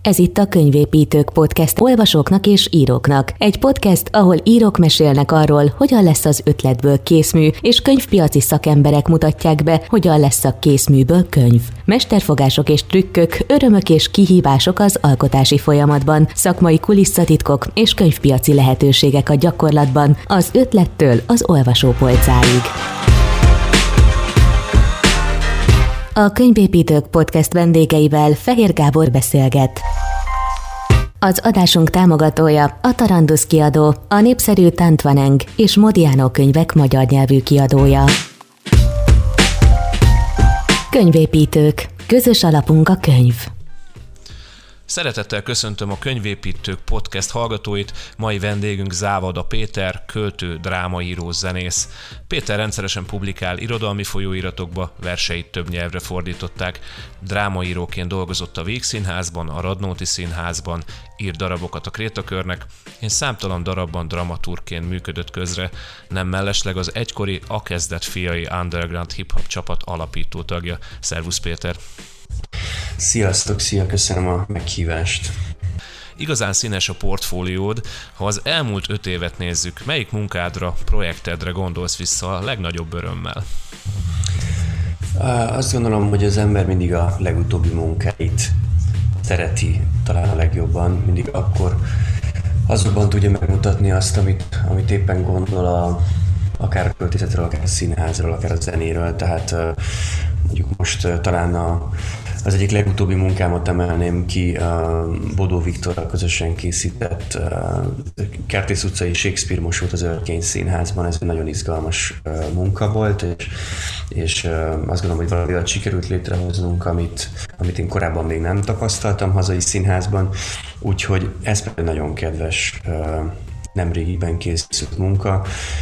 Ez itt a Könyvépítők Podcast olvasóknak és íróknak. Egy podcast, ahol írók mesélnek arról, hogyan lesz az ötletből készmű, és könyvpiaci szakemberek mutatják be, hogyan lesz a készműből könyv. Mesterfogások és trükkök, örömök és kihívások az alkotási folyamatban, szakmai kulisszatitkok és könyvpiaci lehetőségek a gyakorlatban, az ötlettől az olvasópolcáig. A Könyvépítők Podcast vendégeivel Fehér Gábor beszélget. Az adásunk támogatója a Tarandusz kiadó, a népszerű Tantvaneng és Modiano könyvek magyar nyelvű kiadója. Könyvépítők. Közös alapunk a könyv. Szeretettel köszöntöm a Könyvépítők Podcast hallgatóit, mai vendégünk Závada Péter, költő, drámaíró, zenész. Péter rendszeresen publikál irodalmi folyóiratokba, verseit több nyelvre fordították. Drámaíróként dolgozott a Vígszínházban, a Radnóti Színházban, írt darabokat a Krétakörnek, és számtalan darabban dramaturgként működött közre, nem mellesleg az egykori A Kezdet fiai underground hip-hop csapat alapító tagja. Szervusz Péter! Sziasztok, köszönöm a meghívást. Igazán színes a portfóliód. Ha az elmúlt 5 évet nézzük, melyik munkádra, projektedre gondolsz vissza a legnagyobb örömmel? Azt gondolom, hogy az ember mindig a legutóbbi munkáit szereti talán a legjobban, mindig akkor azokban tudja megmutatni azt, amit éppen gondol akár a költészetről, akár a színházról, akár a zenéről. Tehát mondjuk most talán az egyik legutóbbi munkámat emelném ki, Bodó Viktorral közösen készített Kertész utcai Shakespeare mosót az Örkény Színházban. Ez egy nagyon izgalmas munka volt, és azt gondolom, hogy valami olyat sikerült létrehoznunk, amit én korábban még nem tapasztaltam hazai színházban, úgyhogy ez pedig nagyon kedves, nemrégiben készült munka.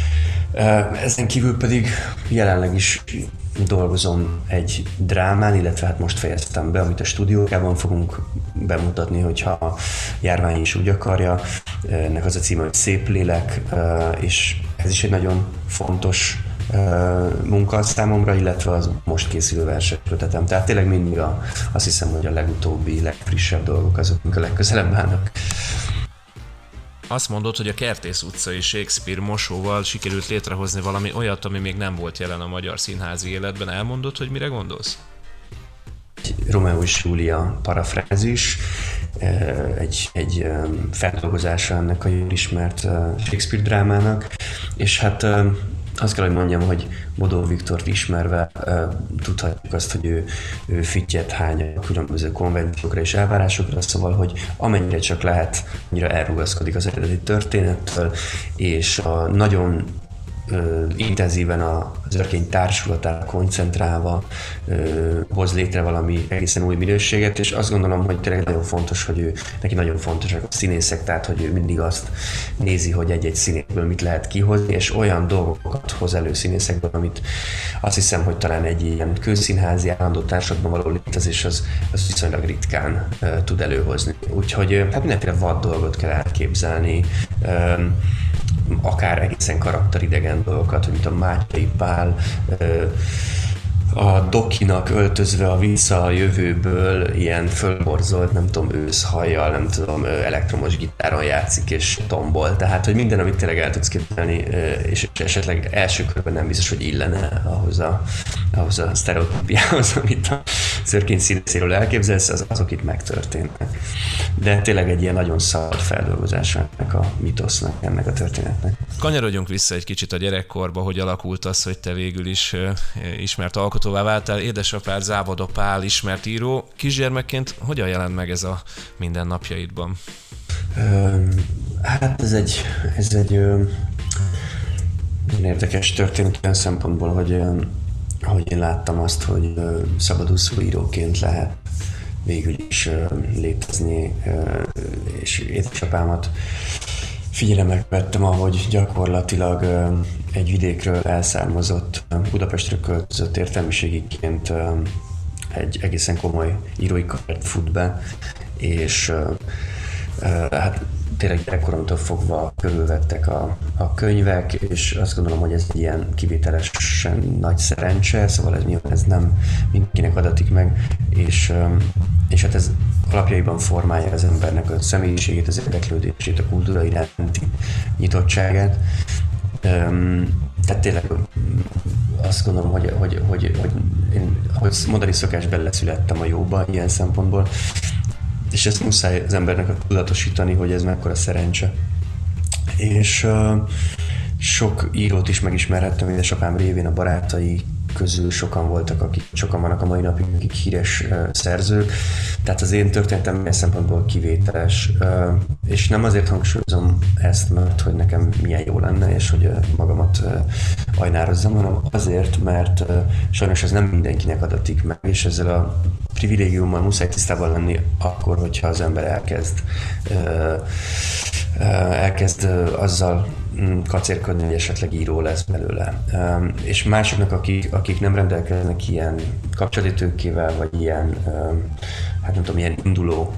Ezen kívül pedig jelenleg is dolgozom egy drámán, illetve hát most fejeztem be, amit a stúdiókában fogunk bemutatni, hogyha a járvány is úgy akarja. Ennek az a címe, hogy Szép lélek, és ez is egy nagyon fontos munka számomra, illetve az most készülő verseket. Tehát tényleg mindig azt hiszem, hogy a legutóbbi, legfrissebb dolgok azok, amik a legközelebb állnak. Azt mondod, hogy a Kertész utcai Shakespeare mosóval sikerült létrehozni valami olyat, ami még nem volt jelen a magyar színházi életben. Elmondod, hogy mire gondolsz? Rómeó és Júlia parafrázis, egy feldolgozása ennek a jól ismert Shakespeare drámának, és hát azt kell, hogy mondjam, hogy Bodó Viktort ismerve tudhatjuk azt, hogy ő fittyet hány a különböző konvenciókra és elvárásokra, szóval, hogy amennyire csak lehet, annyira elrugaszkodik az eredeti történettől, és nagyon intenzíven az Örkény társulatára koncentrálva hoz létre valami egészen új minőséget, és azt gondolom, hogy tényleg nagyon fontos, hogy neki nagyon fontosak a színészek, tehát hogy ő mindig azt nézi, hogy egy-egy színészből mit lehet kihozni, és olyan dolgokat hoz elő színészekből, amit azt hiszem, hogy talán egy ilyen közszínházi állandó társadalomban való létezés az viszonylag ritkán tud előhozni. Úgyhogy hát mindenféle vad dolgot kell elképzelni, akár egészen karakteridegen dolgokat, mint a Mátyai Pál a Dokinak öltözve a Vissza a jövőből ilyen fölborzolt, nem tudom, őszhajjal, nem tudom, elektromos gitáron játszik és tombol. Tehát, hogy minden, amit tényleg el tudsz képzelni, és esetleg első körben nem biztos, hogy illene ahhoz a sztereotípiához, amit az Örkény színészéről elképzelsz, azok itt megtörténnek. De tényleg egy ilyen nagyon szabad feldolgozása ennek a mitosznak, ennek a történetnek. Kanyarodjunk vissza egy kicsit a gyerekkorba, hogy alakult az, hogy te végül is ismert alkotóvá váltál. Édesapád Závada Pál ismert író. Kisgyermekként hogyan jelent meg ez a mindennapjaidban? Hát ez egy érdekes történet olyan szempontból, hogy én láttam azt, hogy szabadúszó íróként lehet végül is létezni, és édesapámat figyelembe vettem, ahogy gyakorlatilag egy vidékről elszármazott, Budapestre költözött értelmiségiként egy egészen komoly írói karriert fut be, és Hát tényleg gyerekkoromtól fogva körülvettek a könyvek, és azt gondolom, hogy ez egy ilyen kivételesen nagy szerencse, szóval ez nem mindenkinek adatik meg, és hát ez alapjaiban formálja az embernek a személyiségét, az érdeklődését, a kultúra iránti nyitottságát. Tehát tényleg azt gondolom, hogy én, ahogy mondani szokás, beleszülettem a jóba ilyen szempontból, és ezt muszáj az embernek tudatosítani, hogy ez mekkora szerencse. És sok írót is megismerhettem, édesapám révén, a barátai közül sokan vannak a mai napig, akik híres szerzők. Tehát az én történetem ilyen szempontból kivételes. És nem azért hangsúlyozom ezt, mert hogy nekem milyen jó lenne, és hogy magamat ajnározzam, hanem azért, mert sajnos ez nem mindenkinek adatik meg, és ezzel a privilégiummal muszáj tisztában lenni akkor, hogyha az ember elkezd azzal kacérkodni, hogy esetleg író lesz belőle. És másoknak, akik nem rendelkeznek ilyen kapcsolati tőkével, vagy ilyen, hát nem tudom, ilyen induló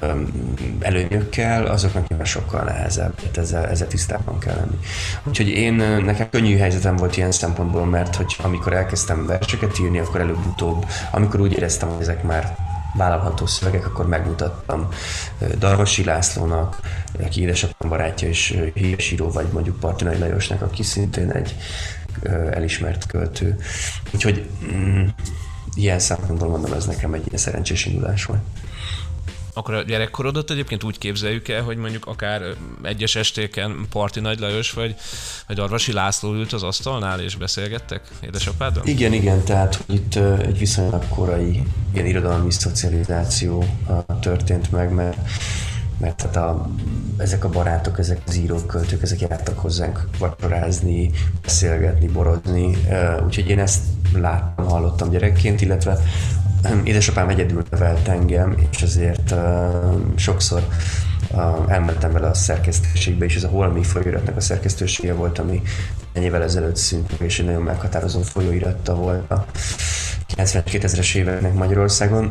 előnyökkel, azoknak nyilván sokkal nehezebb, tehát ezzel tisztában kell lenni. Úgyhogy nekem könnyű helyzetem volt ilyen szempontból, mert hogy amikor elkezdtem verseket írni, akkor előbb-utóbb, amikor úgy éreztem, hogy ezek már vállalható szövegek, akkor megmutattam Darvasi Lászlónak, aki édesapám barátja és híres író, vagy mondjuk Parti Lajosnak, aki szintén egy elismert költő. Úgyhogy ilyen szempontból mondom, ez nekem egy ilyen szerencsés indulás volt. Akkor a gyerekkorodat egyébként úgy képzeljük el, hogy mondjuk akár egyes estéken Parti Nagy Lajos vagy Darvasi László ült az asztalnál és beszélgettek édesapáddal? Igen, tehát hogy itt egy viszonylag korai ilyen irodalmi szocializáció történt meg, mert hát ezek a barátok, ezek az írók, költők, ezek jártak hozzánk vacsorázni, beszélgetni, borozni, úgyhogy én ezt láttam, hallottam gyerekként, illetve édesapám egyedül nevelt engem, és ezért sokszor elmentem vele a szerkesztőségbe, és ez a Holmi folyóiratnak a szerkesztősége volt, ami ennyi évvel ezelőtt szűnt, és egy nagyon meghatározó folyóiratta volt a 90-2000-es éveknek Magyarországon.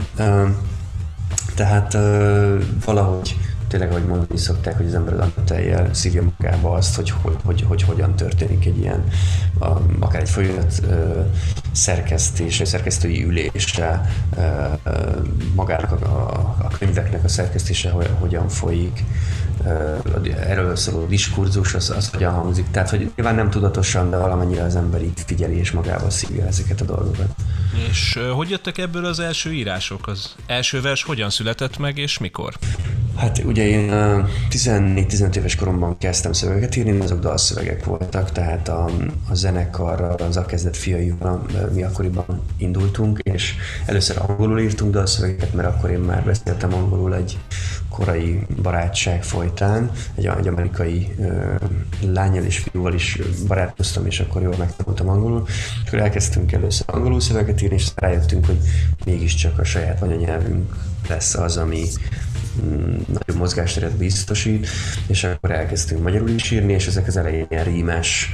Tehát valahogy tényleg, ahogy mondani szokták, hogy az ember az anyatejjel szívja magába azt, hogy hogyan történik egy ilyen, akár egy folyóirat szerkesztése, szerkesztői ülése, magának a könyveknek a szerkesztése hogyan folyik, erről szóló diskurzus, az hogyan hangzik. Tehát, hogy nyilván nem tudatosan, de valamennyire az ember így figyeli és magával szívja ezeket a dolgokat. És hogy jöttek ebből az első írások? Az első vers hogyan született meg, és mikor? Hát ugye én 14-15 éves koromban kezdtem szövegeket írni, azok dalszövegek voltak, tehát a zenekarral, az A Kezdet fiaival mi akkoriban indultunk, és először angolul írtunk dalszövegeket, mert akkor én már beszéltem angolul egy korai barátság folytán, egy amerikai lánnyal és fiúval is barátkoztam, és akkor jól megtanultam angolul, és akkor elkezdtünk először angolul szöveget írni, és rájöttünk, hogy mégiscsak a saját anyanyelvünk lesz az, ami nagyobb mozgásteret biztosít, és akkor elkezdtünk magyarul is írni, és ezek az elején ilyen rímes,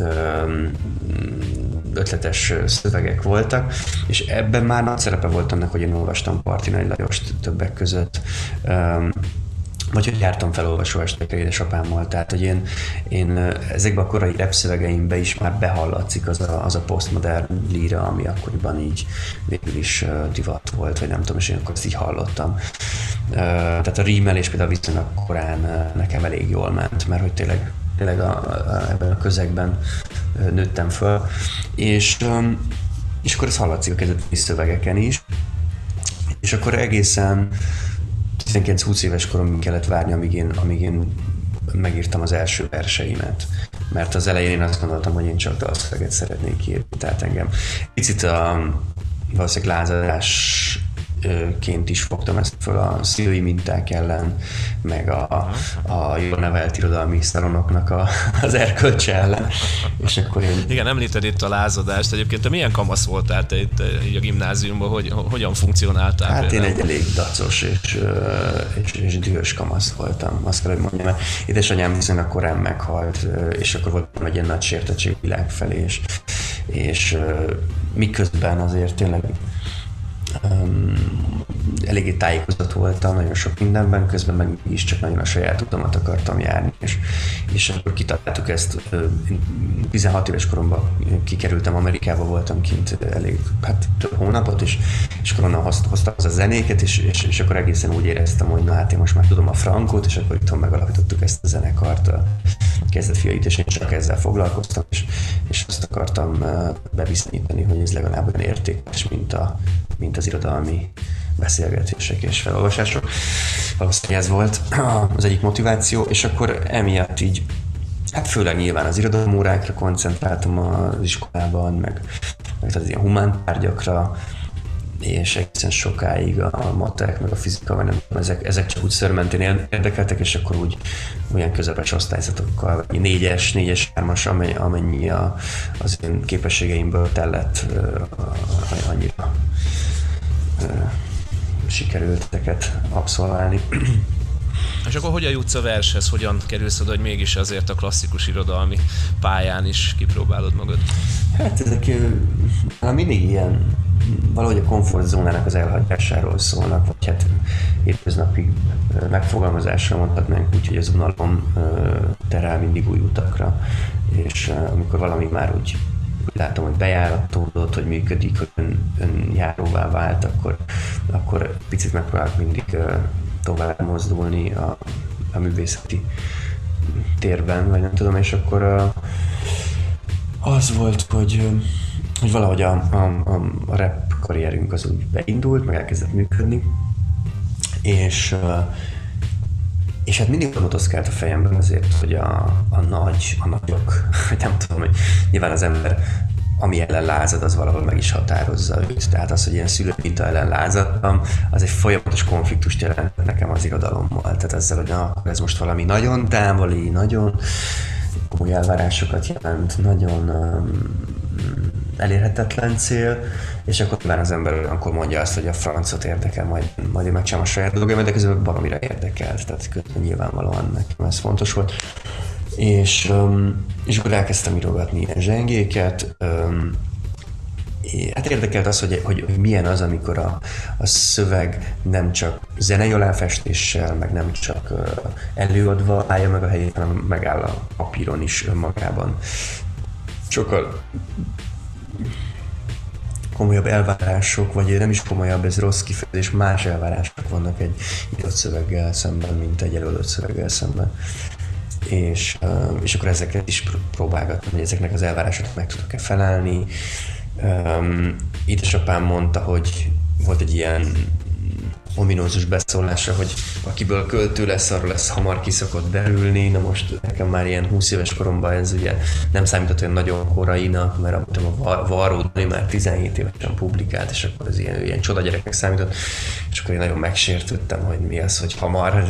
ötletes szövegek voltak, és ebben már nagy szerepe volt annak, hogy én olvastam Parti Nagy Lajost többek között, vagy hogy jártam felolvasó estekre édesapámmal, tehát hogy én ezekben a korai rap szövegeimben is már behallatszik az a posztmodern líra, ami akkoriban így végül is divat volt, vagy nem tudom, és én akkor ezt így hallottam. Tehát a rímelés például viszonylag korán nekem elég jól ment, mert hogy tényleg ebben a közegben nőttem föl, és akkor ez hallatszik a kezdeti szövegeken is, és akkor egészen 19-20 éves koromig kellett várni, amíg én megírtam az első verseimet. Mert az elején én azt gondoltam, hogy én csak dalszöveget szeretnék írni. Tehát engem picit valószínűleg lázadásként is fogtam ezt föl a szülői minták ellen, meg a jól nevelt irodalmi szalonoknak az erkölcse ellen. És akkor én... Igen, említed itt a lázadást. Egyébként te milyen kamasz voltál te itt a gimnáziumban, hogyan funkcionáltál? Hát például? Én egy elég dacos és dühös kamasz voltam, azt kell, hogy mondjam, mert édesanyám viszonylag korán meghalt, és akkor voltam egy ilyen nagy sértettség világ felé, és miközben azért tényleg eléggé tájékozott voltam nagyon sok mindenben, közben meg is csak nagyon a saját utamat akartam járni, és akkor kitaláltuk ezt. 16 éves koromban kikerültem Amerikába, voltam kint elég több hónapot, és akkor onnan hoztam az a zenéket, és akkor egészen úgy éreztem, hogy na hát én most már tudom a frankót, és akkor itthon megalapítottuk ezt a zenekart, a Kezdet fiait, és én csak ezzel foglalkoztam, és azt akartam bebizonyítani, hogy ez legalább olyan értékes, mint az irodalmi beszélgetések és felolvasások. Valószínűleg ez volt az egyik motiváció, és akkor emiatt így, hát főleg nyilván az irodalomórákra koncentráltam az iskolában, meg az ilyen humán tárgyakra, és egészen sokáig a matek, meg a fizika, vagy nem tudom, ezek csak úgy szörmentén érdekeltek, és akkor úgy olyan közepes osztályzatokkal, 4-es, 3-as, amennyi az én képességeimből tellett, annyira sikerült ezeket abszolválni. És akkor hogyan jutsz a vershez? Hogyan kerülsz oda, hogy mégis azért a klasszikus irodalmi pályán is kipróbálod magad? Hát ezek mindig ilyen, valahogy a komfortzónának az elhagyásáról szólnak, vagy hát hétköznapi megfogalmazásra mondhatnánk úgy, hogy az unalom terel mindig új utakra, és amikor valami már úgy látom, hogy bejáratódott, hogy működik, hogy önjáróvá vált, akkor picit megpróbálok mindig tovább mozdulni a művészeti térben, vagy nem tudom, és akkor az volt, hogy valahogy a rap karrierünk az úgy beindult, meg elkezdett működni, és hát mindig motoszkált a fejemben azért, hogy a nagyok, nem tudom, hogy nyilván az ember, ami ellen lázad, az valahol meg is határozza őt. Tehát az, hogy ilyen szülőminta ellen lázadtam, az egy folyamatos konfliktust jelent nekem az irodalommal. Tehát ezzel, hogy akkor ez most valami nagyon távoli, nagyon komoly elvárásokat jelent, nagyon elérhetetlen cél, és akkor már az ember olyankor mondja azt, hogy a francot érdekel, majd én megcsinálom a saját dolgaimat, de közben valamire érdekelt, tehát közben nyilvánvalóan nekem ez fontos volt. És akkor elkezdtem írogatni ilyen zsengéket. Hát érdekelt az, hogy milyen az, amikor a szöveg nem csak zenei aláfestéssel, meg nem csak előadva állja meg a helyét, hanem megáll a papíron is önmagában. Sokkal komolyabb elvárások, vagy nem is komolyabb, ez rossz kifejezés, más elvárások vannak egy írott szöveggel szemben, mint egy előadott szöveggel szemben. És akkor ezeket is próbálgattam, hogy ezeknek az elvárásoknak meg tudok-e felelni. Édesapám mondta, hogy volt egy ilyen ominózus beszólása, hogy akiből költő lesz, arról lesz hamar ki szokott derülni. Na most nekem már ilyen 20 éves koromban ez ugye nem számított olyan nagyon korainak, mert a Varró Dani már 17 évesen publikált, és akkor ez ilyen csoda gyereknek számított, és akkor én nagyon megsértődtem, hogy mi az, hogy hamar.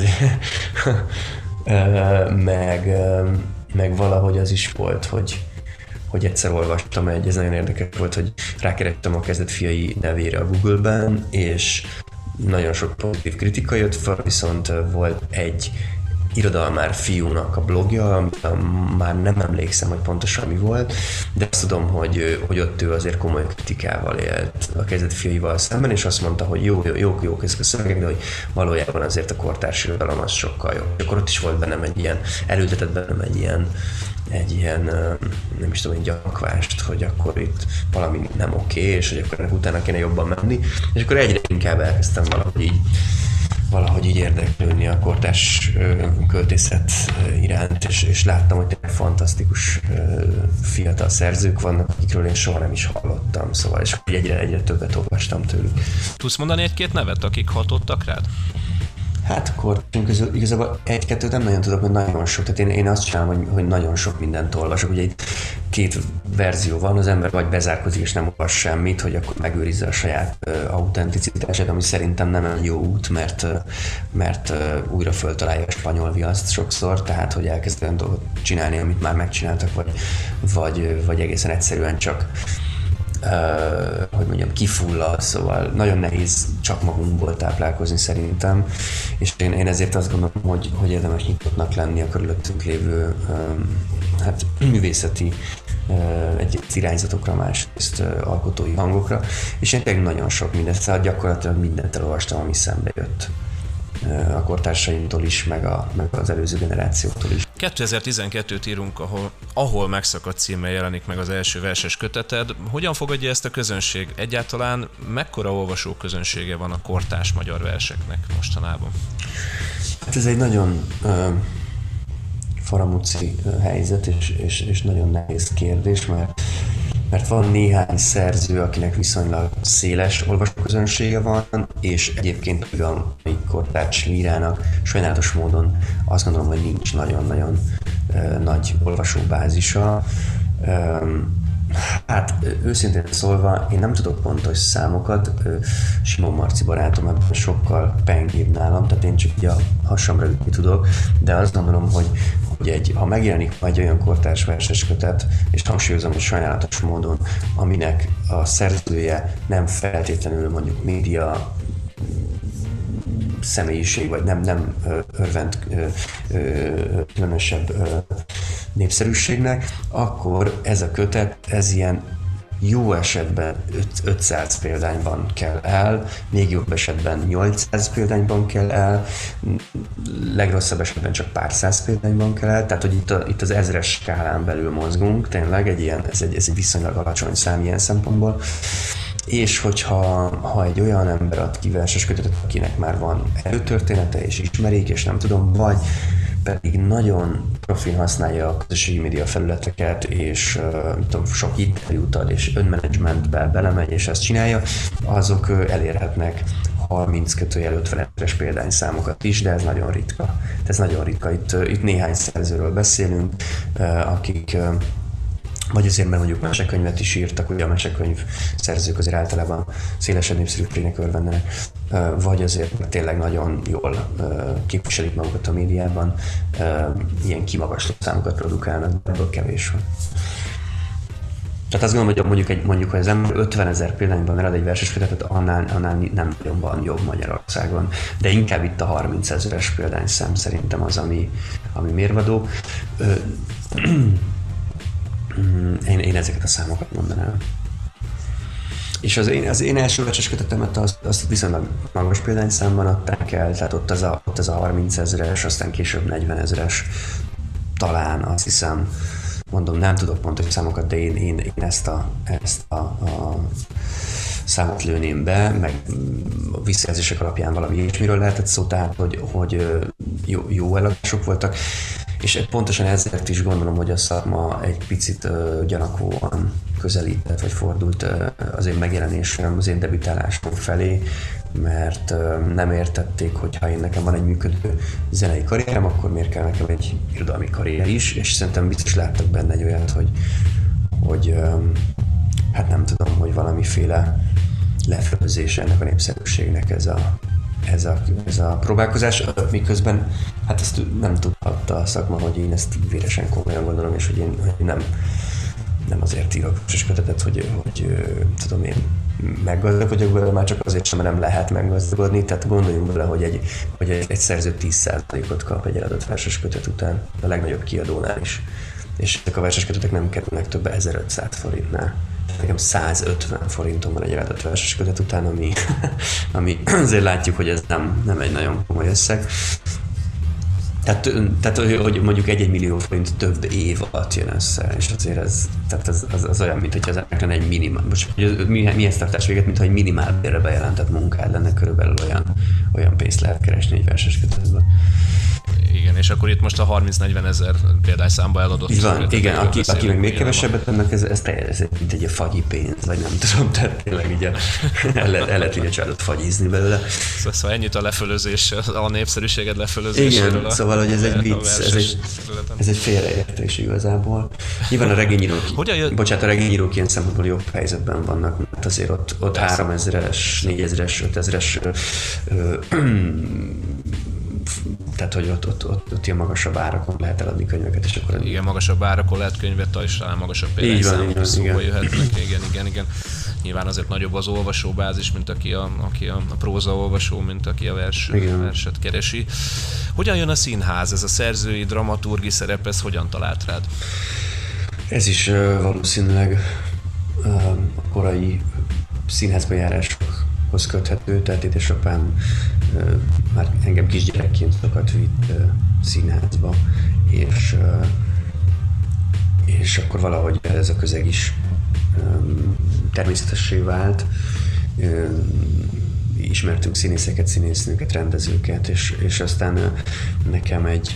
Meg valahogy az is volt, hogy egyszer olvastam ez nagyon érdekes volt, hogy rákerestem a Kezdet fiai nevére a Google-ben, és nagyon sok pozitív kritika jött fel, viszont volt egy irodalmár fiúnak a blogja, amit már nem emlékszem, hogy pontosan mi volt, de azt tudom, hogy ott ő azért komoly kritikával élt a Kezdet fiaival szemben, és azt mondta, hogy jók ezek a szövegek, de hogy valójában azért a kortárs irodalom az sokkal jobb. Akkor ott is volt bennem egy ilyen, elültetett bennem egy ilyen, nem is tudom, egy gyanakvást, hogy akkor itt valami nem oké, és hogy akkor ennek utána kéne jobban menni, és akkor egyre inkább elkezdtem valahogy így érdeklődni a kortárs költészet iránt, és láttam, hogy tényleg fantasztikus fiatal szerzők vannak, akikről én soha nem is hallottam, szóval és egyre többet olvastam tőlük. Tudsz mondani egy-két nevet, akik hatottak rád? Hát akkor igazából egy-kettőt nem nagyon tudok, mert nagyon sok. Tehát én azt csinálom, hogy nagyon sok mindent olvasok. Ugye itt két verzió van, az ember vagy bezárkozik és nem olvas semmit, hogy akkor megőrizze a saját autenticitását, ami szerintem nem egy jó út, mert újra föltalálja a spanyol viaszt sokszor, tehát hogy elkezd olyan dolgot csinálni, amit már megcsináltak, vagy egészen egyszerűen csak hogy mondjam, kifullad, szóval nagyon nehéz csak magunkból táplálkozni szerintem, és én ezért azt gondolom, hogy érdemes nyitottnak lenni a körülöttünk lévő művészeti egyrészt irányzatokra, másrészt alkotói hangokra, és én tényleg nagyon sok mindent, szóval gyakorlatilag mindent elolvastam, ami szembe jött a kortársaimtól is, meg az előző generációtól is. 2012-t írunk, ahol megszakadt címmel jelenik meg az első verses köteted. Hogyan fogadja ezt a közönség? Egyáltalán mekkora olvasó közönsége van a kortárs magyar verseknek mostanában? Hát ez egy nagyon faramúci helyzet, és nagyon nehéz kérdés, mert van néhány szerző, akinek viszonylag széles olvasóközönsége van, és egyébként a kortárs lírának sajnálatos módon azt gondolom, hogy nincs nagyon-nagyon nagy olvasóbázisa. Hát őszintén szólva, én nem tudok pontos számokat, Simon Marci barátom ebben sokkal pengébb nálam, tehát én csak így a hasamra ütni tudok, de azt gondolom, hogy ha megjelenik majd olyan kortárs verses kötet, és hangsúlyozom, hogy sajnálatos módon, aminek a szerzője nem feltétlenül mondjuk média személyiség, vagy nem örvend különösebb népszerűségnek, akkor ez a kötet, ez ilyen jó esetben 500 példányban kell el, még jobb esetben 800 példányban kell el, legrosszabb esetben csak pár száz példányban kell el, tehát hogy itt az ezres skálán belül mozgunk, tényleg ez egy viszonylag alacsony szám ilyen szempontból. És ha egy olyan ember ad ki verses kötetet, akinek már van előtörténete és ismerik, és nem tudom, vagy pedig nagyon profin használja a közösségi média felületeket, és sok interjút ad, és önmenedzsmentbe belemegy, és ezt csinálja, azok elérhetnek 30-50-es példányszámokat is, de ez nagyon ritka. Itt néhány szerzőről beszélünk, akik vagy azért, mert mondjuk mesekönyvet is írtak, ugye a mesekönyv szerzők azért általában szélesebb népszerűségnek örvendenek, vagy azért, mert tényleg nagyon jól képviselik magukat a médiában, ilyen kimagasló számokat produkálnak, ebből kevés van. Tehát azt gondolom, hogy mondjuk ha az ember 50 000 példányban ered egy verses kötetet, annál nem nagyon van jobb Magyarországon, de inkább itt a 30 000-es példányszám szerintem az, ami mérvadó. Én ezeket a számokat mondanám. És az én első verses kötetemet azt viszonylag magas példányszámban adták el, tehát ott az a 30 000-es, aztán később 40 000-es, talán azt hiszem, mondom, nem tudok pontos számokat, de én ezt a számot lőném be, meg a visszajelzések alapján valami ilyesmiről lehetett szó, tehát hogy jó eladások voltak. És pontosan ezért is gondolom, hogy a szakma egy picit gyanakvóan közelített, vagy fordult az én megjelenésem, az én debütálásom felé, mert nem értették, hogy ha nekem van egy működő zenei karrierem, akkor miért kell nekem egy irodalmi karrier is, és szerintem biztos láttak benne egy olyat, hogy hát nem tudom, hogy valamiféle lefölözés ennek a népszerűségnek ez a próbálkozás, miközben hát ezt nem tudhatta a szakma, hogy én ezt véresen komolyan gondolom, és hogy én nem azért írok verses kötetet, hogy tudom én meggazdagodjak belőle, már csak azért sem, mert nem lehet meggazdagodni, tehát gondoljunk bele, hogy egy szerző 10%-ot kap egy eladott verses kötet után, a legnagyobb kiadónál is, és ezek a verses kötetek nem kerülnek több 1500 forintnál. Nekem 150 forintom van egy eladott verses kötet után, ami azért látjuk, hogy ez nem egy nagyon komoly összeg. Tehát hogy mondjuk 1 millió forint több év alatt jön össze, és azért az olyan, mint hogy az embernek lenne egy minimál, milyen tartás véget, mintha egy minimál bérre bejelentett munkád lenne, körülbelül olyan pénzt lehet keresni egy verses kötetben. Igen, és akkor itt most a 30-40 ezer példányszámba eladott. Így van, igen, aki meg még kevesebbet, annak ez mint egy fagyi pénz, vagy nem tudom, tehát tényleg így el lehet így a családot fagyizni belőle. Szóval ennyit a lefölözés, a népszerűséged lefölözéséről. Igen, szóval, hogy ez egy vicc, ez egy félreértés igazából. Nyilván a regényírók ilyen szempontból jobb helyzetben vannak, mert azért ott 3000-es, 4000-es, 5000-es tehát, hogy ott ilyen magasabb árakon lehet eladni könyveket, és akkor... Igen, magasabb árakon lehet könyvet, és talán magasabb példányszámok is szóba jöhetnek. Igen. Nyilván azért nagyobb az olvasóbázis, mint aki a próza olvasó, mint aki a verset keresi. Hogyan jön a színház? Ez a szerzői, dramaturgi szerep, ez hogyan talált rád? Ez is valószínűleg a korai színházba járásokhoz köthető, tehát édesapám már engem kisgyerekként sokat vitt színházba, és akkor valahogy ez a közeg is természetessé vált. Ismertünk színészeket, színésznőket, rendezőket, és aztán nekem egy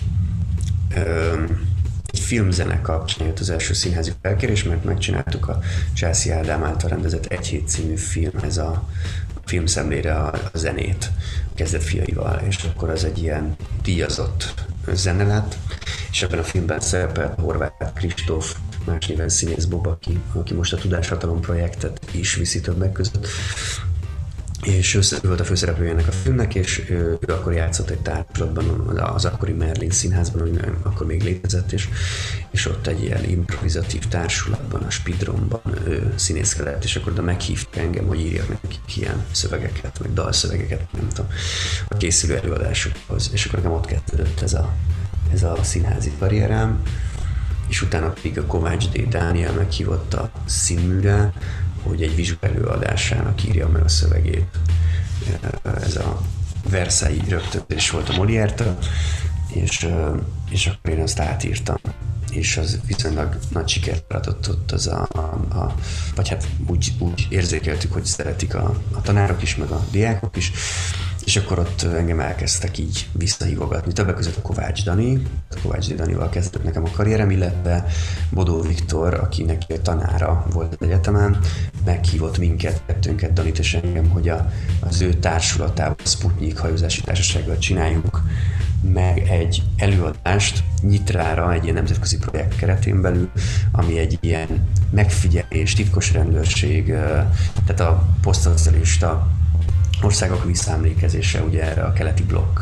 filmzene kapcsán jött az első színházi felkérés, mert megcsináltuk a Császi Ádám által rendezett Egy hét című film, ez a filmszemlére a zenét a Kezdet fiaival, és akkor az egy ilyen díjazott zene lett, és ebben a filmben szerepelt Horváth Kristóf, más néven Színész Bob, aki most a Tudáshatalom projektet is viszi többek között, és ő volt a főszereplője ennek a filmnek, és ő akkor játszott egy társulatban, az akkori Merlin színházban, ami akkor még létezett, és ott egy ilyen improvizatív társulatban, a Spidromban ő színészkedett, és akkor oda meghívta engem, hogy írjak nekik ilyen szövegeket, meg dalszövegeket, nem tudom, a készülő előadásokhoz, és akkor nekem ott kezdődött ez a színházi karrierem, és utána pedig a Kovács D. Dániel meghívott a Színműre, hogy egy vizsgálőadásának írja meg a szövegét. Ez a Versailles rögtönzés volt a Molière-től, és akkor én azt átírtam. És az viszonylag nagy sikert adott ott vagy hát úgy érzékeltük, hogy szeretik a tanárok is, meg a diákok is, és akkor ott engem elkezdtek így visszahívogatni. Többek között a Kovács Danival kezdett nekem a karrierem, illetve Bodó Viktor, akinek tanára volt az egyetemen, meghívott kettőnket, Danit és engem, hogy az ő társulatával, a Sputnik hajózási társasággal csináljunk meg egy előadást Nyitrára, egy ilyen nemzetközi projekt keretén belül, ami egy ilyen megfigyelés, titkos rendőrség, tehát a posztszocialista országok visszaemlékezése ugye erre a keleti blokk,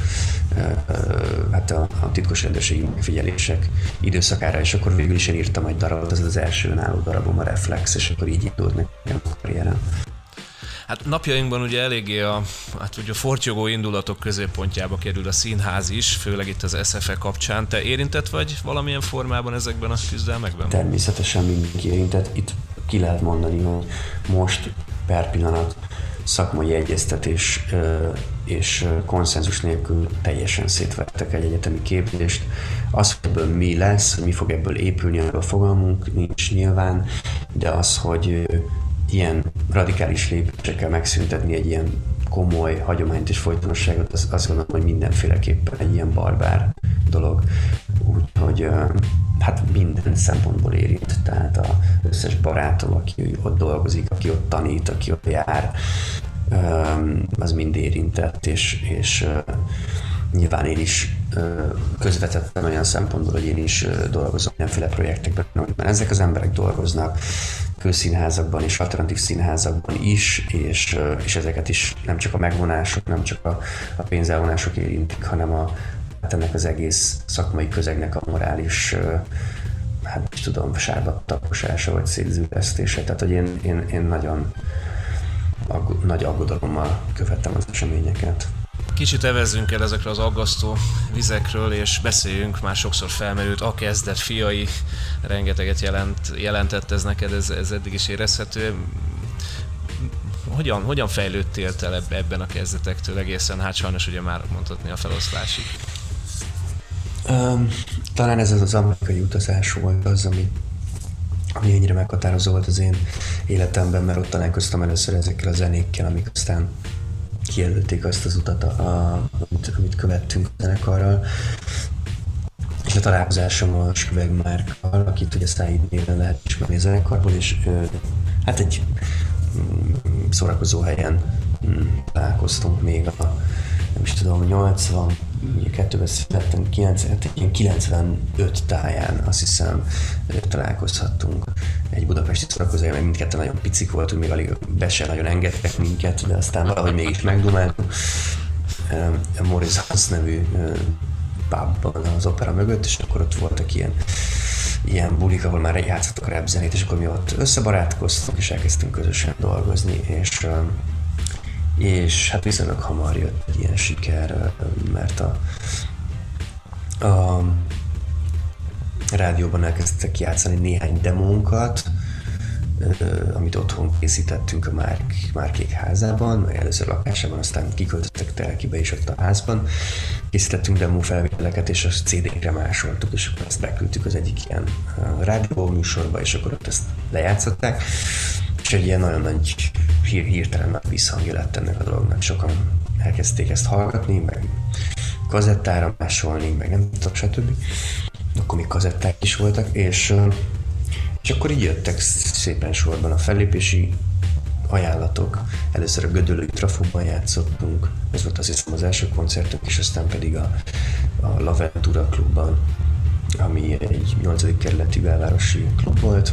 hát a titkos rendőrségi megfigyelések időszakára, és akkor végül is én írtam egy darabot, ez az első önálló darabom, a Reflex, és akkor így indult nekem a karrierem. Hát napjainkban ugye eléggé a fortyogó indulatok középpontjába kerül a színház is, főleg itt az SFE kapcsán. Te érintett vagy valamilyen formában ezekben a küzdelmekben? Természetesen mindenki érintett. Itt ki lehet mondani, hogy most per pillanat szakmai egyeztetés és konszenzus nélkül teljesen szétvettek egy egyetemi képzést. Az, hogy ebből mi lesz, hogy mi fog ebből épülni, ebből fogalmunk nincs nyilván, de az, hogy ilyen radikális lépésekkel megszüntetni egy ilyen komoly hagyományt és folytonosságot, azt gondolom, hogy mindenféleképpen egy ilyen barbár dolog. Úgyhogy hát minden szempontból érint, tehát az összes barátom, aki ott dolgozik, aki ott tanít, aki ott jár, az mind érintett, és nyilván én is közvetettem olyan szempontból, hogy én is dolgozom mindenféle projektekben, mert ezek az emberek dolgoznak közszínházakban és alternatív színházakban is, és ezeket is nem csak a megvonások, nem csak a pénzelvonások érintik, hanem hát ennek az egész szakmai közegnek a morális, hát is tudom, sárba taposása vagy szétzüllesztése. Tehát, hogy én nagyon nagy aggodalommal követtem az eseményeket. Kicsit evezzünk el ezekről az aggasztó vizekről, és beszéljünk, már sokszor felmerült, a Kezdet fiai, rengeteget jelentett ez neked, ez eddig is érezhető. Hogyan fejlődtél te ebben a kezdetektől egészen, hát sajnos ugye már mondhatni a feloszlásig? Talán ez az amerikai utazás volt az, ami ennyire meghatározó volt az én életemben, mert ott találkoztam először ezekkel a zenékkel, amik aztán kijelölték azt az utat, amit követtünk a zenekarral. És a találkozásom a Süveg Márkkal, akit ugye Száid néven lehet ismerni a zenekarból, és hát egy szórakozó helyen találkoztunk még nem is tudom, 82-ben születtem, 95 táján azt hiszem találkozhattunk egy budapesti szórakozóhelyen, mert mindketten nagyon picik voltunk, még alig be se nagyon engedtek minket, de aztán valahogy mégis megdumáltunk. A Morrisons nevű pubban az opera mögött, és akkor ott voltak ilyen bulik, ahol már játszottak a rap zenét, és akkor mi ott összebarátkoztunk, és elkezdtünk közösen dolgozni, és hát viszonylag hamar jött egy ilyen siker, mert rádióban elkezdtek játszani néhány demónkat, amit otthon készítettünk a Márkék házában, meg először lakásában, aztán kiköltöttek Telkibe is ott a házban. Készítettünk demo felvételeket, és a CD-re másoltuk, és akkor ezt beküldtük az egyik ilyen rádió műsorba, és akkor ott ezt lejátszották. És egy ilyen nagyon nagy, hirtelen nagy visszhangja lett ennek a dolognak. Sokan elkezdték ezt hallgatni, meg kazettára másolni, meg nem tudom, stb. Akkor még kazetták is voltak, és akkor így jöttek szépen sorban a fellépési ajánlatok. Először a Gödöllői Trafóban játszottunk, ez volt azt hiszem az első koncertünk, és aztán pedig a Laventura klubban, ami egy 8. kerületi belvárosi klub volt.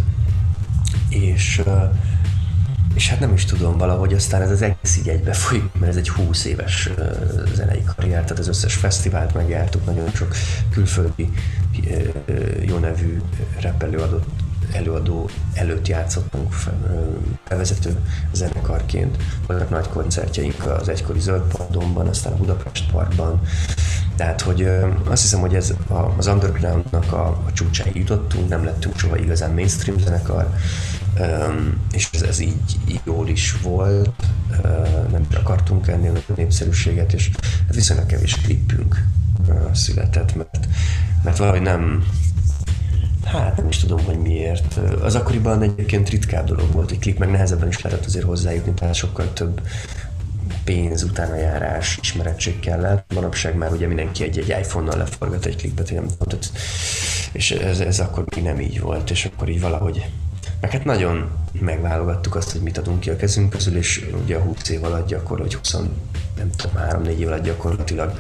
És hát nem is tudom, valahogy aztán ez az egész így egybefolyik, mert ez egy 20 éves zenei karrier, tehát az összes fesztivált megjártuk, nagyon sok külföldi jó nevű rap előadó előtt játszottunk felvezető zenekarként. Voltak nagy koncertjeink az egykori Zöld Pardonban, aztán a Budapest Parkban. Tehát, hogy azt hiszem, hogy ez az undergroundnak a csúcsáig jutottunk, nem lettünk soha igazán mainstream zenekar, és ez így jól is volt, nem is akartunk ennél a népszerűséget, és viszonylag kevés klipünk született, mert valahogy nem is tudom, hogy miért. Az akkoriban egyébként ritkább dolog volt, egy klip, meg nehezebben is lehetett azért hozzájutni, tehát sokkal több pénz, utánajárás, ismerettség kellett. Manapság már ugye mindenki egy iPhone-nal leforgat egy klipet, nem tudom, és ez akkor még nem így volt, és akkor így valahogy meg hát nagyon megválogattuk azt, hogy mit adunk ki a kezünk közül, és ugye a 20 év alatt gyakorlatilag, nem tudom, 3-4 év alatt gyakorlatilag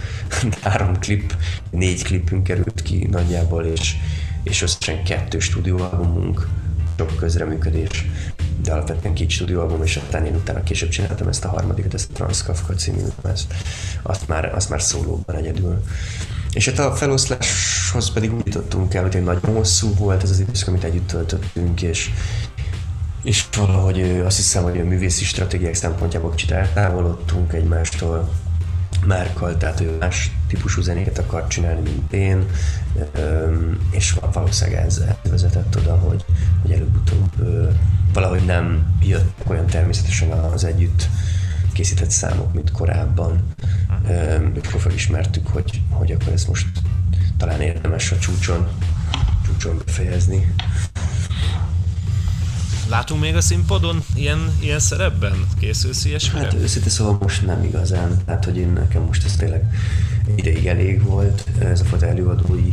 4 klipünk került ki nagyjából, és összesen 2 stúdióalbumunk, sok közreműködés, de alapvetően 2 stúdióalbum, és aztán én utána később csináltam ezt a harmadikat, ezt a Transzkafka című, azt már szólóban egyedül. És hát a feloszláshoz pedig úgy jutottunk el, hogy nagyon hosszú volt ez az időszak, amit együtt töltöttünk, és valahogy azt hiszem, hogy a művészi stratégiák szempontjából kicsit eltávolodtunk egymástól, Márkkal, tehát ő más típusú zenéket akart csinálni, mint én, és valószínűleg ez vezetett oda, hogy előbb-utóbb valahogy nem jöttek olyan természetesen az együtt készített számok, mint korábban. Akkor felismertük, hogy akkor ezt most talán érdemes a csúcson befejezni. Látunk még a színpadon ilyen szerepben? Készülsz ilyesmire? Hát őszintén szóval most nem igazán. Tehát, hogy nekem most ez tényleg ideig elég volt, ez a fajta előadói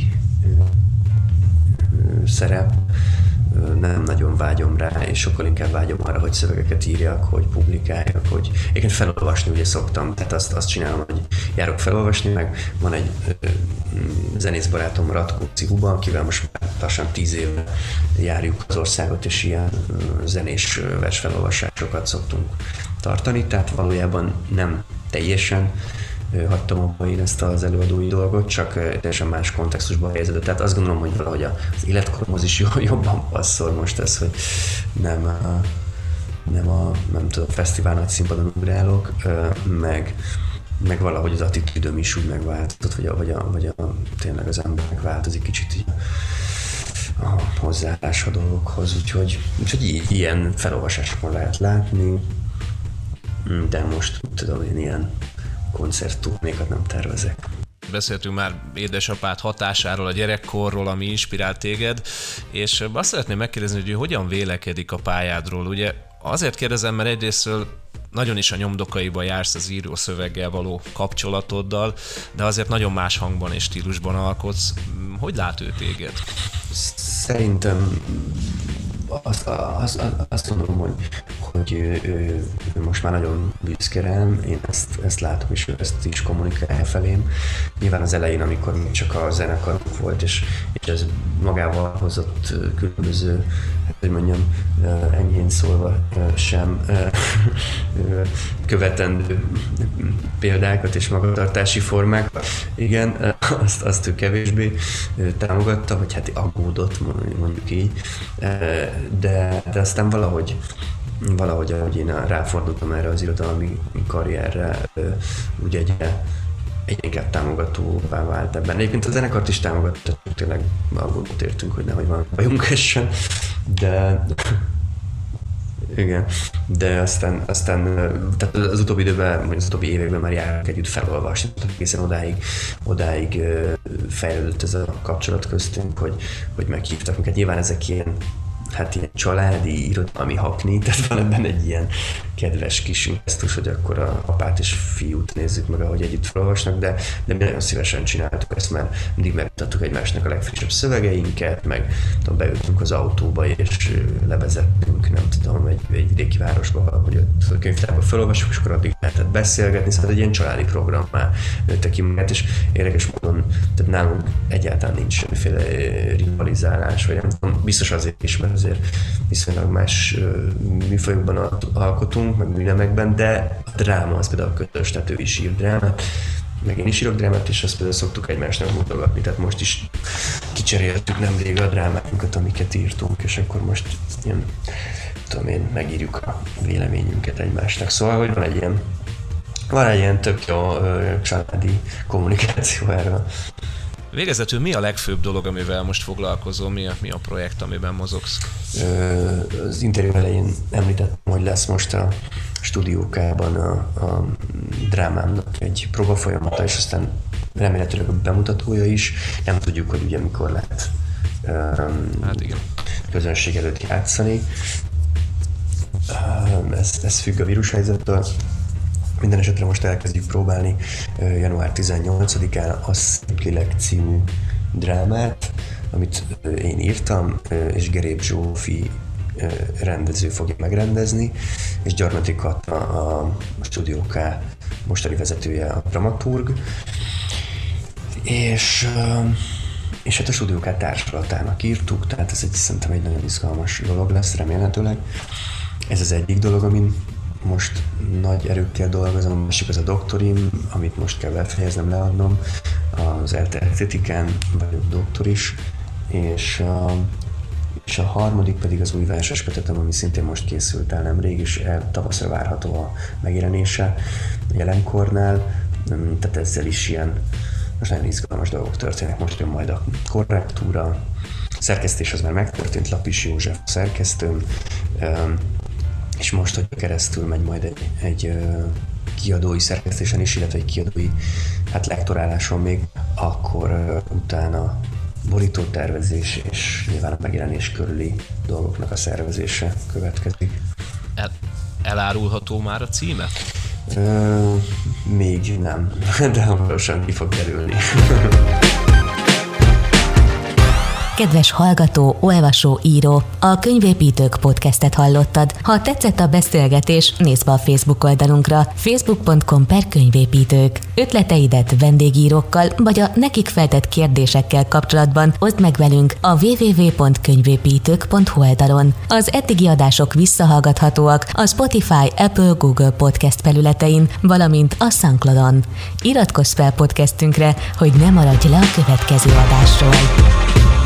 szerep. Nem nagyon vágyom rá, és sokkal inkább vágyom arra, hogy szövegeket írjak, hogy publikáljak, hogy egyébként felolvasni ugye szoktam, tehát azt csinálom, hogy járok felolvasni, meg van egy zenész barátom, Ratko Cihuba, akivel most már lassan 10 éve járjuk az országot, és ilyen zenés versfelolvasásokat szoktunk tartani, tehát valójában nem teljesen hagytam abba én ezt az előadói dolgot, csak teljesen más kontextusban helyeződött. Tehát azt gondolom, hogy valahogy az életkoromhoz is jobban passzol most ez, hogy nem tudom, fesztivál nagy színpadon ugrálok, meg valahogy az attitűdöm is úgy megváltozott, vagy tényleg az embernek változik kicsit így a hozzáállás a dolgokhoz, úgyhogy ilyen felolvasásokon lehet látni, de most tudom, én ilyen koncertturnékat nem tervezek. Beszéltünk már édesapád hatásáról, a gyerekkorról, ami inspirált téged, és azt szeretném megkérdezni, hogy hogyan vélekedik a pályádról. Ugye azért kérdezem, mert egyrésztről nagyon is a nyomdokaiba jársz az írószöveggel való kapcsolatoddal, de azért nagyon más hangban és stílusban alkotsz. Hogy lát ő téged? Szerintem azt gondolom, hogy ő most már nagyon büszke rám, én ezt látom, és ő ezt is kommunikálja felém. Nyilván az elején, amikor még csak a zenekarunk volt, és ez magával hozott különböző, enyhén szólva sem követendő példákat és magatartási formákat. Igen, azt ő kevésbé támogatta, vagy hát aggódott, mondjuk így. De aztán valahogy ahogy én ráfordultam erre az irodalmi karrierre, úgy egyre inkább támogatóvá vált ebben. Egyébként a zenekart is támogattatjuk, tényleg aggódott értünk, hogy nehogy van bajunk essen, de igen, de aztán tehát az utóbbi időben, vagy az utóbbi években már járunk együtt felolvasni, egészen odáig fejlődött ez a kapcsolat köztünk, hogy meghívtak minket. Nyilván ezek ilyen családi, irodalmi hakni, tehát van ebben egy ilyen kedves kis gesztus, hogy akkor a apát és fiút nézzük meg, ahogy együtt felolvasnak, de mi nagyon szívesen csináltuk ezt, mert mindig megmutattuk egymásnak a legfrissebb szövegeinket, meg beültünk az autóba, és levezettünk, nem tudom, egy vidéki városba, hogy ott a könyvtárba felolvassuk, és akkor addig lehetett beszélgetni, szóval egy ilyen családi program már nőtte ki magát, és érdekes módon, tehát nálunk egyáltalán nincs semmiféle rivalizálás, vagy nem tudom, biztos azért is, mert azért viszonylag más műfajokban alkotunk, meg műnemekben, de a dráma az például kötös, tehát ő is ír drámát, meg én is írok drámát, és azt például szoktuk egymásnak mutogatni, tehát most is kicseréltük nemrég a drámáinkat, amiket írtunk, és akkor most ilyen, tudom én, megírjuk a véleményünket egymásnak. Szóval, hogy van egy ilyen tök jó családi kommunikáció erről. Végezetül mi a legfőbb dolog, amivel most foglalkozol? Mi a projekt, amiben mozogsz? Az interjú elején említettem, hogy lesz most a stúdiókában a drámámnak egy próbafolyamata, és aztán remélhetőleg a bemutatója is. Nem tudjuk, hogy ugye mikor lehet közönség előtt játszani. Ez függ a vírushelyzettől. Minden esetre most elkezdjük próbálni január 18-án a Szép Lélek című drámát, amit én írtam, és Gerép Zsófi rendező fogja megrendezni, és Gyarmati Kata, a Stúdió K mostani vezetője, a dramaturg, és hát a Stúdió K társulatának írtuk, tehát ez szerintem egy nagyon izgalmas dolog lesz remélhetőleg. Ez az egyik dolog, amin most nagy erőkkel dolgozom, a másik az a doktorim, amit most kell befejeznem, leadnom. Az eltetikán vagyok doktor is, és a harmadik pedig az új verses kötetem, ami szintén most készült el nemrég, és tavaszra várható a megjelenése Jelenkornál, tehát ezzel is ilyen most nagyon izgalmas dolgok történnek, most jön majd a korrektúra, szerkesztés az már megtörtént, Lapis József szerkesztőm, és most, hogy keresztül megy majd egy kiadói szerkesztésen is, illetve egy kiadói lektoráláson még, akkor utána borítótervezés és nyilván a megjelenés körüli dolgoknak a szervezése következik. Elárulható már a címe? Még nem, de hamarosan ki fog derülni. Kedves hallgató, olvasó, író, a Könyvépítők podcastet hallottad. Ha tetszett a beszélgetés, nézz be a Facebook oldalunkra, facebook.com/könyvépítők. Ötleteidet vendégírókkal vagy a nekik feltett kérdésekkel kapcsolatban oszd meg velünk a www.könyvépítők.hu oldalon. Az eddigi adások visszahallgathatóak a Spotify, Apple, Google Podcast felületein, valamint a SoundCloudon. Iratkozz fel podcastünkre, hogy ne maradj le a következő adásról.